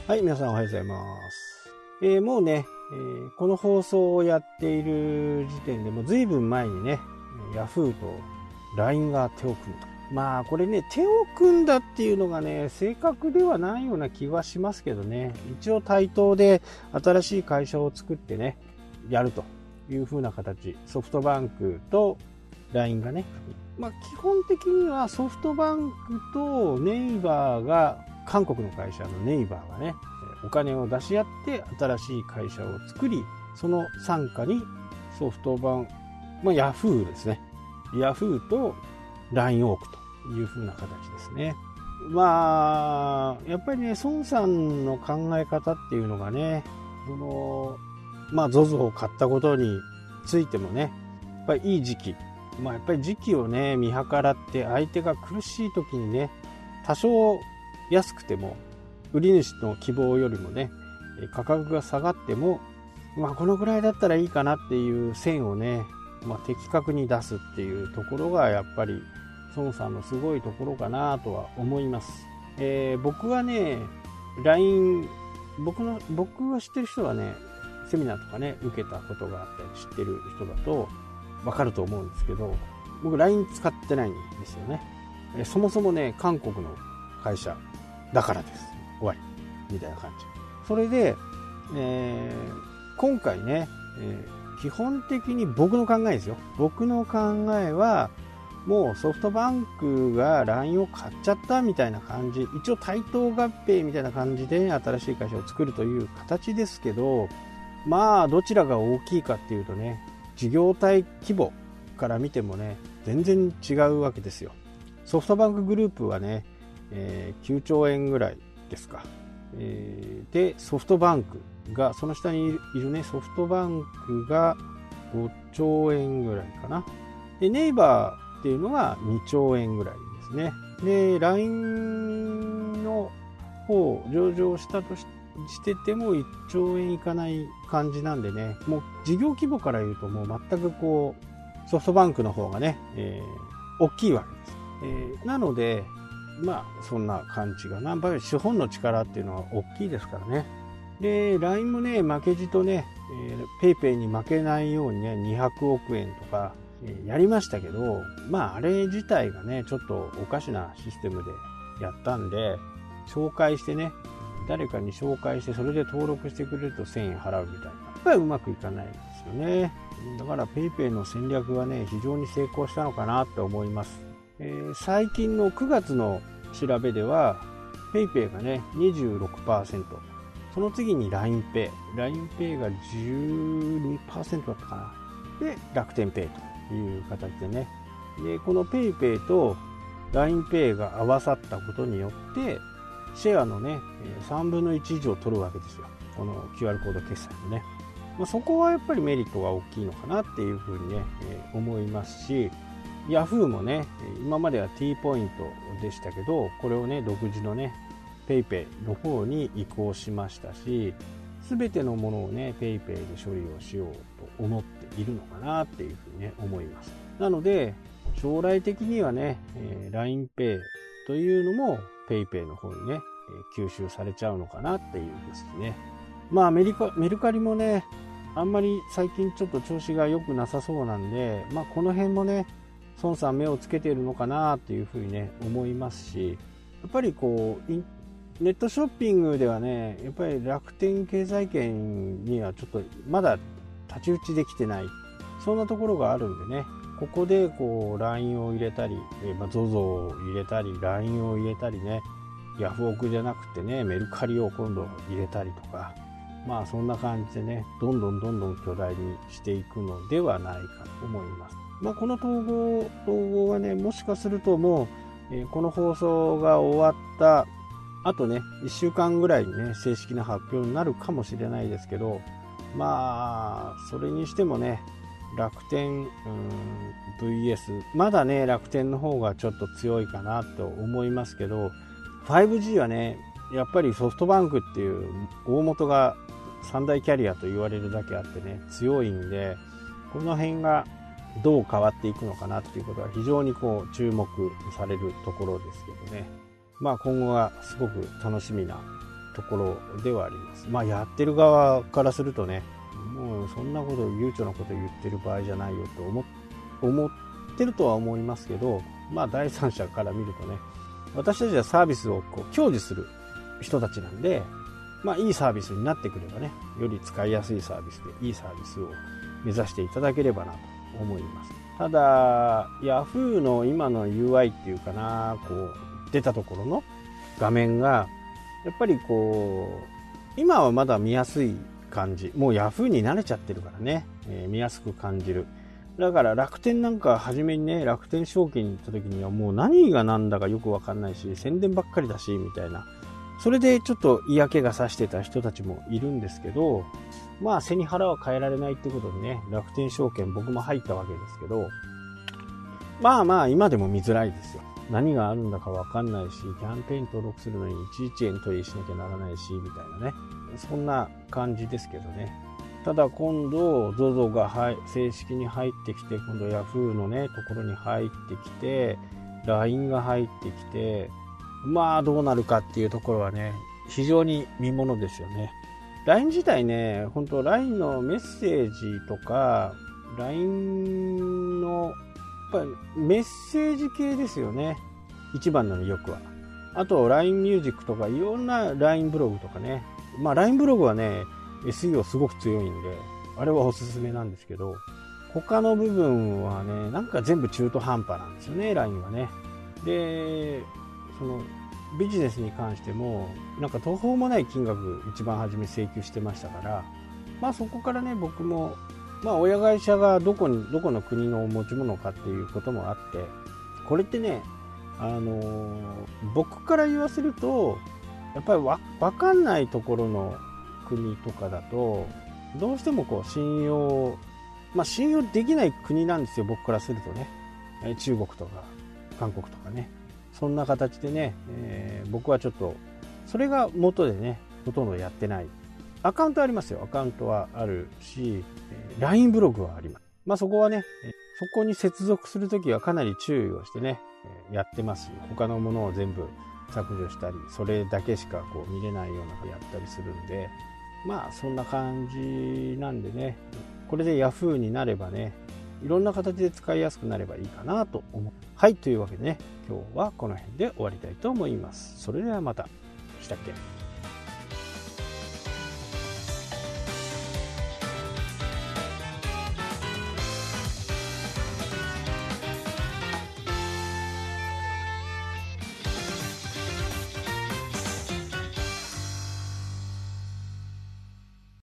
はい、皆さんおはようございます。もうね、この放送をやっている時点でもう随分前にね、Yahoo と LINE が手を組んだ。まあこれね、手を組んだっていうのがね、正確ではないような気はしますけどね、一応対等で新しい会社を作ってね、やるという風な形、ソフトバンクと LINE がね、まあ基本的にはソフトバンクとネイバーが、韓国の会社のネイバーがね、お金を出し合って新しい会社を作り、その傘下にソフトバンク、ヤフーですね。ヤフーと LINE を置くという風な形ですね。まあ、やっぱりね、孫さんの考え方っていうのがね、ZOZO を買ったことについてもね、やっぱりいい時期。やっぱり時期をね、見計らって相手が苦しい時にね、多少安くても売り主の希望よりもね価格が下がっても、このぐらいだったらいいかなっていう線をね、的確に出すっていうところがやっぱり孫さんのすごいところかなとは思います。僕はね LINE 僕が知ってる人はねセミナーとかね受けたことがあったり知ってる人だと分かると思うんですけど、僕 LINE 使ってないんですよね。そもそもね韓国の会社だからです終わりみたいな感じ。それで、今回ね、基本的に僕の考えですよ。僕の考えはもうソフトバンクが LINE を買っちゃったみたいな感じ、一応対等合併みたいな感じで新しい会社を作るという形ですけど、どちらが大きいかっていうとね、事業体規模から見てもね全然違うわけですよ。ソフトバンクグループはね9兆円ぐらいですか。でソフトバンクがその下にいるねソフトバンクが5兆円ぐらいかな。でネイバーっていうのが2兆円ぐらいですね。で LINE の方上場したとしてても1兆円いかない感じなんでね、もう事業規模から言うともう全くソフトバンクの方がね、大きいわけです。なのでそんな感じがな。やっぱり資本の力っていうのは大きいですからね。で LINE もね負けじとね、PayPay に負けないようにね200億円とか、やりましたけど、あれ自体がねちょっとおかしなシステムでやったんで、紹介してね誰かに紹介してそれで登録してくれると1000円払うみたいな、やっぱりうまくいかないんですよね。だから PayPay の戦略はね非常に成功したのかなって思います。最近の9月の調べでは PayPay がね 26%、 その次に LINEPay が 12% だったかな。で楽天ペイという形でね、でこの PayPay と LINEPay が合わさったことによってシェアのね3分の1以上取るわけですよ、この QR コード決済のね。そこはやっぱりメリットが大きいのかなっていうふうにね、思いますし、ヤフーもね今までは T ポイントでしたけど、これをね独自のね PayPay の方に移行しましたし、全てのものをね PayPay で処理をしようと思っているのかなっていうふうにね思います。なので将来的にはね LINEPay というのも PayPay の方にね吸収されちゃうのかなっていうですね。メルカリもねあんまり最近ちょっと調子が良くなさそうなんで、この辺もね孫さん目をつけているのかなっていうふうにね思いますし、やっぱりネットショッピングではねやっぱり楽天経済圏にはちょっとまだ太刀打ちできてない、そんなところがあるんでね、ここでLINE を入れたり、ZOZO を入れたり LINE を入れたりね、ヤフオクじゃなくてねメルカリを今度入れたりとか、そんな感じでねどんどん巨大にしていくのではないかと思います。この統合はねもしかするともう、この放送が終わったあとね1週間ぐらいにね正式な発表になるかもしれないですけど、それにしてもね楽天VS まだね楽天の方がちょっと強いかなと思いますけど、 5G はねやっぱりソフトバンクっていう大元が三大キャリアと言われるだけあってね強いんで、この辺がどう変わっていくのかなっていうことは非常に注目されるところですけどね。今後はすごく楽しみなところではあります。やってる側からするとね、もうそんなこと、悠長なこと言ってる場合じゃないよと思ってるとは思いますけど、第三者から見るとね、私たちはサービスを享受する人たちなんで、いいサービスになってくればね、より使いやすいサービスでいいサービスを目指していただければなと思います。ただ Yahoo の今の UI っていうかな、出たところの画面がやっぱり今はまだ見やすい感じ、もう Yahoo に慣れちゃってるからね、見やすく感じる。だから楽天なんか初めにね、楽天証券に行った時にはもう何が何だかよく分かんないし、宣伝ばっかりだしみたいな、それでちょっと嫌気がさしてた人たちもいるんですけど、背に腹は変えられないってことでね、楽天証券僕も入ったわけですけど、今でも見づらいですよ。何があるんだか分かんないし、キャンペーン登録するのにいちいちエントリーしなきゃならないしみたいなね、そんな感じですけどね。ただ今度 ZOZO が正式に入ってきて、今度 Yahoo のねところに入ってきて、 LINE が入ってきて、どうなるかっていうところはね、非常に見ものですよね。 LINE 自体ね、本当 LINE のメッセージとか LINE のやっぱりメッセージ系ですよね、一番の魅力は。あと LINE ミュージックとかいろんな LINE ブログとかね、LINE ブログはね SEO すごく強いんで、あれはおすすめなんですけど、他の部分はね、なんか全部中途半端なんですよね、 LINE はね。で、そのビジネスに関してもなんか途方もない金額一番初め請求してましたから、そこからね、僕も親会社がどこの国の持ち物かっていうこともあって、これってね、僕から言わせるとやっぱり分かんないところの国とかだとどうしても信用できない国なんですよ、僕からするとね。中国とか韓国とかね、そんな形でね、僕はちょっとそれが元でね、ほとんどやってない。アカウントありますよ、アカウントはあるし、LINE ブログはあります。そこはね、そこに接続するときはかなり注意をしてね、やってますし、他のものを全部削除したり、それだけしか見れないようなのやったりするんで、そんな感じなんでね、これで Yahoo になればね、いろんな形で使いやすくなればいいかなと思う。はい、というわけでね、今日はこの辺で終わりたいと思います。それではまた。したっけ。